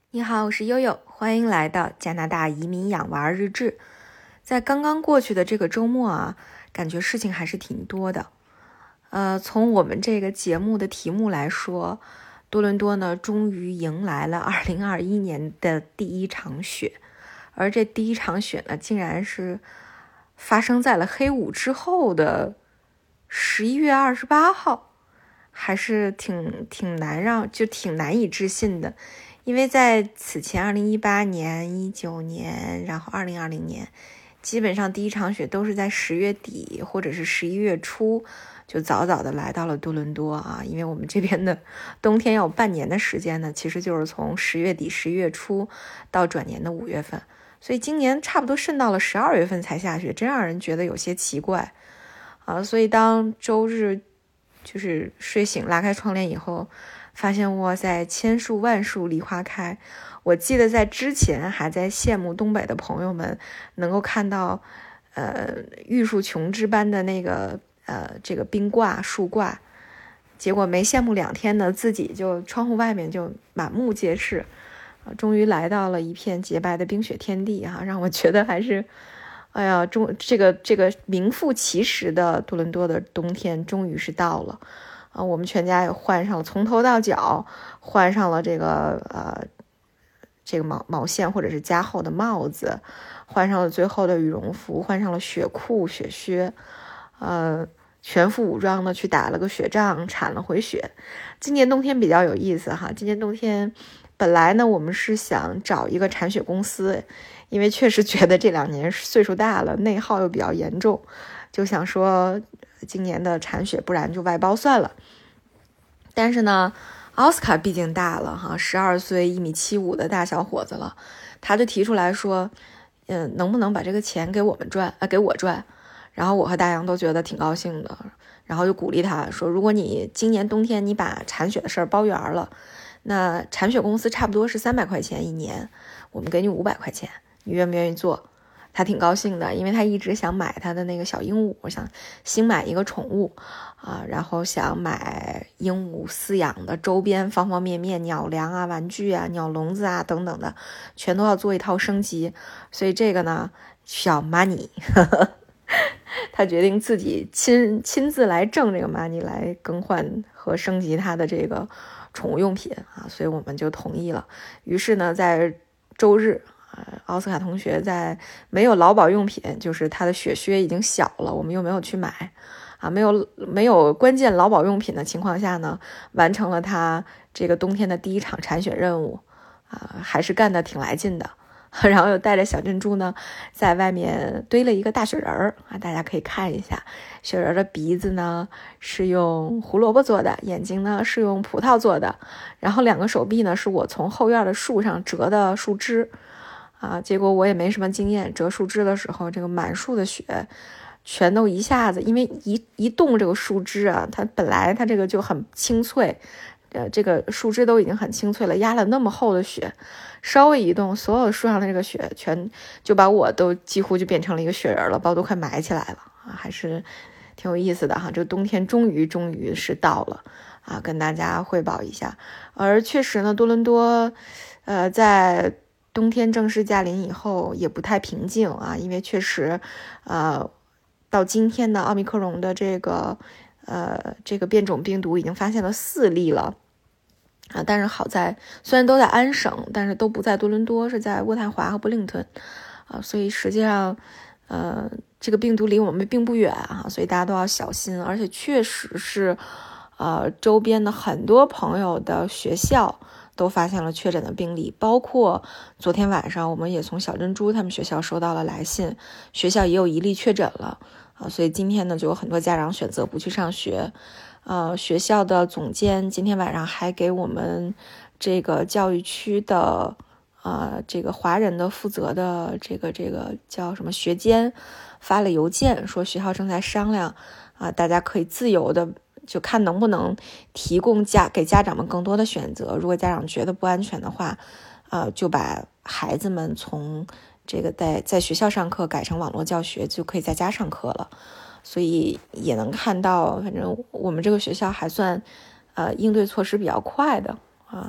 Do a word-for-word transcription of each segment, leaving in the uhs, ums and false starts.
你好，我是悠悠，欢迎来到加拿大移民养娃日志。在刚刚过去的这个周末啊，感觉事情还是挺多的。呃，从我们这个节目的题目来说，多伦多呢终于迎来了二零二一年的第一场雪，而这第一场雪呢，竟然是发生在了黑五之后的十一月二十八号，还是挺挺难让就挺难以置信的。因为在此前二零一八年、一九年，然后二零二零年，基本上第一场雪都是在十月底或者是十一月初就早早的来到了多伦多啊。因为我们这边的冬天要有半年的时间呢，其实就是从十月底、十一月初到转年的五月份，所以今年差不多渗到了十二月份才下雪，真让人觉得有些奇怪啊。所以当周日就是睡醒拉开窗帘以后，发现哇塞，千树万树梨花开。我记得在之前还在羡慕东北的朋友们能够看到呃玉树琼枝般的那个呃这个冰挂树挂，结果没羡慕两天呢，自己就窗户外面就满目皆是，啊，终于来到了一片洁白的冰雪天地哈、啊，让我觉得还是哎呀，中这个这个名副其实的多伦多的冬天终于是到了。啊，我们全家也换上了，从头到脚换上了这个呃这个毛毛线或者是加厚的帽子，换上了最后的羽绒服，换上了雪裤、雪靴，呃，全副武装的去打了个雪仗，铲了回雪。今年冬天比较有意思哈，今年冬天本来呢我们是想找一个铲雪公司，因为确实觉得这两年岁数大了，内耗又比较严重，就想说今年的铲雪不然就外包算了。但是呢奥斯卡毕竟大了哈，十二岁一米七五的大小伙子了，他就提出来说嗯，能不能把这个钱给我们赚啊，给我赚。然后我和大洋都觉得挺高兴的，然后就鼓励他说，如果你今年冬天你把铲雪的事儿包圆了，那铲雪公司差不多是三百块钱一年，我们给你五百块钱，你愿不愿意做？他挺高兴的，因为他一直想买他的那个小鹦鹉，我想新买一个宠物啊，然后想买鹦鹉饲养的周边方方面面，鸟粮啊、玩具啊、鸟笼子啊等等的，全都要做一套升级，所以这个呢需要 money 他决定自己亲亲自来挣这个 money 来更换和升级他的这个宠物用品啊，所以我们就同意了。于是呢在周日奥斯卡同学在没有劳保用品，就是他的雪靴已经小了，我们又没有去买啊，没有没有关键劳保用品的情况下呢，完成了他这个冬天的第一场铲雪任务啊，还是干得挺来劲的。然后又带着小珍珠呢，在外面堆了一个大雪人儿啊，大家可以看一下，雪人的鼻子呢是用胡萝卜做的，眼睛呢是用葡萄做的，然后两个手臂呢是我从后院的树上折的树枝。啊，结果我也没什么经验，折树枝的时候，这个满树的雪全都一下子，因为一一动这个树枝啊，它本来它这个就很清脆，呃，这个树枝都已经很清脆了，压了那么厚的雪，稍微一动，所有树上的这个雪全就把我都几乎就变成了一个雪人了，把我都快埋起来了啊，还是挺有意思的哈。这个冬天终于终于是到了啊，跟大家汇报一下。而确实呢，多伦多，呃，在冬天正式驾临以后也不太平静啊，因为确实呃到今天呢奥密克戎的这个呃这个变种病毒已经发现了四例了啊，但是好在虽然都在安省，但是都不在多伦多，是在渥太华和布灵顿啊，所以实际上呃这个病毒离我们并不远啊，所以大家都要小心。而且确实是呃周边的很多朋友的学校都发现了确诊的病例，包括昨天晚上我们也从小珍珠他们学校收到了来信，学校也有一例确诊了啊，所以今天呢就有很多家长选择不去上学。呃，学校的总监今天晚上还给我们这个教育区的呃这个华人的负责的这个这个叫什么学监发了邮件，说学校正在商量啊，大家可以自由的就看能不能提供家给家长们更多的选择，如果家长觉得不安全的话，呃，就把孩子们从这个在在学校上课改成网络教学，就可以在家上课了。所以也能看到，反正我们这个学校还算呃应对措施比较快的啊，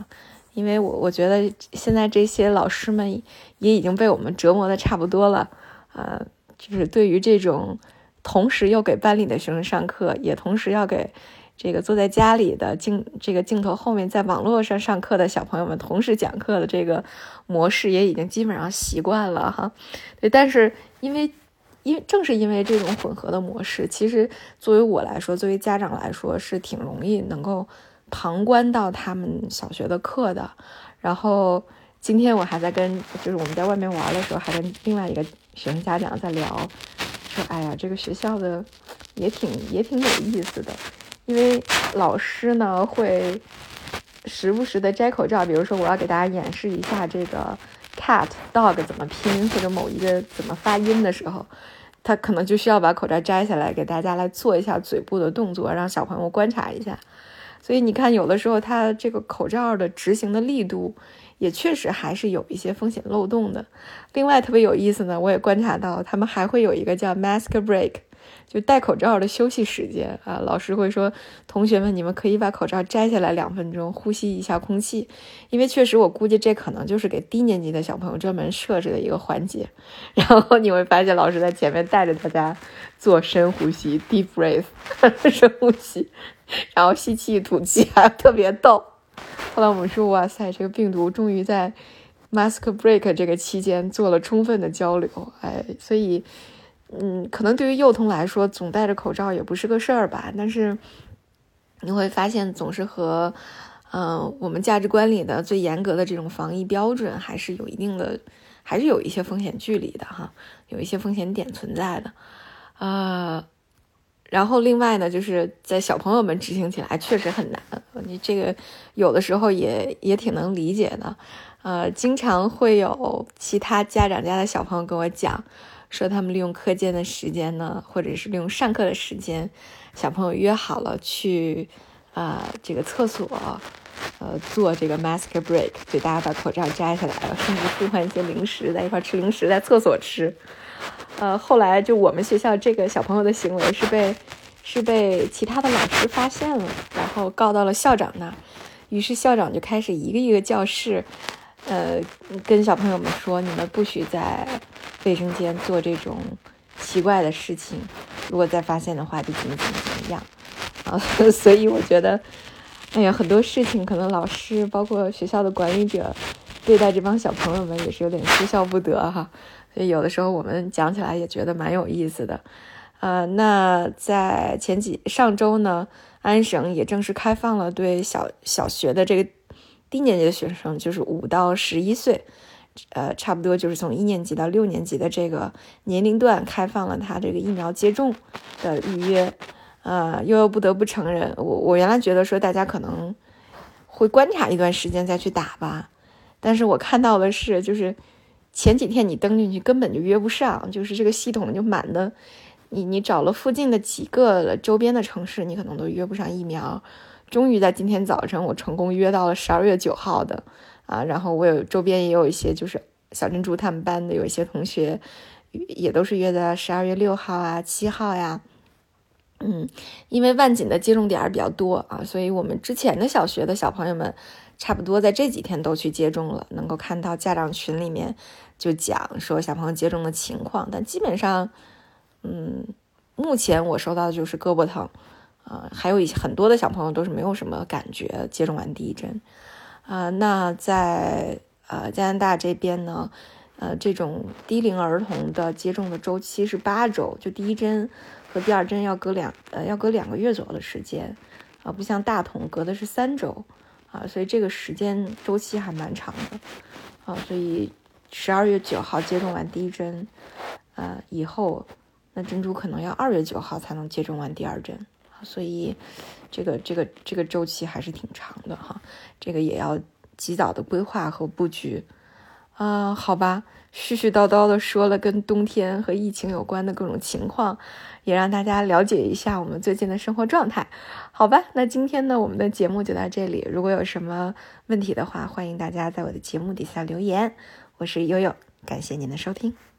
因为我我觉得现在这些老师们也已经被我们折磨的差不多了，呃，就是对于这种同时又给班里的学生上课，也同时要给这个坐在家里的镜这个镜头后面在网络上上课的小朋友们同时讲课的这个模式，也已经基本上习惯了哈。对，但是因为因为正是因为这种混合的模式，其实作为我来说，作为家长来说，是挺容易能够旁观到他们小学的课的。然后今天我还在跟就是我们在外面玩的时候，还跟另外一个学生家长在聊，说哎呀，这个学校的也挺也挺有意思的，因为老师呢会时不时的摘口罩，比如说我要给大家演示一下这个 cat dog 怎么拼，或者某一个怎么发音的时候，他可能就需要把口罩摘下来，给大家来做一下嘴部的动作，让小朋友观察一下。所以你看，有的时候他这个口罩的执行的力度也确实还是有一些风险漏洞的。另外特别有意思呢，我也观察到他们还会有一个叫 mask break， 就戴口罩的休息时间啊。老师会说，同学们你们可以把口罩摘下来两分钟，呼吸一下空气。因为确实我估计这可能就是给低年级的小朋友专门设置的一个环节。然后你会发现老师在前面带着大家做深呼吸 deep breath 深呼吸，然后吸气吐气，还特别逗。后来我们说，哇塞，这个病毒终于在 mask break 这个期间做了充分的交流。哎，所以嗯，可能对于幼童来说，总戴着口罩也不是个事儿吧。但是你会发现，总是和嗯、呃、我们价值观里的最严格的这种防疫标准，还是有一定的，还是有一些风险距离的哈，有一些风险点存在的。呃，然后另外呢，就是在小朋友们执行起来确实很难，你这个有的时候也也挺能理解的。呃，经常会有其他家长家的小朋友跟我讲，说他们利用课间的时间呢，或者是利用上课的时间，小朋友约好了去呃这个厕所呃做这个 mask break， 就大家把口罩摘下来了，甚至互换一些零食，在一块吃零食，在厕所吃。呃，后来就我们学校这个小朋友的行为是被是被其他的老师发现了，然后告到了校长那儿。于是校长就开始一个一个教室呃，跟小朋友们说，你们不许在卫生间做这种奇怪的事情，如果再发现的话就怎么怎么怎么样啊。所以我觉得哎呀，很多事情可能老师包括学校的管理者对待这帮小朋友们也是有点哭笑不得哈。所以有的时候我们讲起来也觉得蛮有意思的。呃，那在前几上周呢，安省也正式开放了对小小学的这个低年级的学生，就是五到十一岁，呃，差不多就是从一年级到六年级的这个年龄段开放了他这个疫苗接种的预约。呃，又不得不承认，我我原来觉得说大家可能会观察一段时间再去打吧，但是我看到的是，就是前几天你登进去根本就约不上，就是这个系统就满的，你你找了附近的几个周边的城市，你可能都约不上疫苗。终于在今天早晨，我成功约到了十二月九号的啊，然后我有周边也有一些就是小珍珠他们班的有一些同学也都是约在十二月六号啊、七号呀。嗯，因为万锦的接种点比较多啊，所以我们之前的小学的小朋友们差不多在这几天都去接种了，能够看到家长群里面就讲说小朋友接种的情况。但基本上嗯，目前我收到的就是胳膊疼啊、呃，还有一些很多的小朋友都是没有什么感觉，接种完第一针啊、呃。那在呃加拿大这边呢，呃这种低龄儿童的接种的周期是八周，就第一针和第二针要隔两呃要隔两个月左右的时间啊、呃，不像大童隔的是三周啊、呃，所以这个时间周期还蛮长的啊、呃，所以十二月九号接种完第一针，呃以后那珍珠可能要二月九号才能接种完第二针，所以这个这个这个周期还是挺长的哈，这个也要及早的规划和布局啊、呃。好吧，絮絮叨叨的说了跟冬天和疫情有关的各种情况，也让大家了解一下我们最近的生活状态。好吧，那今天呢我们的节目就到这里，如果有什么问题的话，欢迎大家在我的节目底下留言。我是悠悠，感谢您的收听。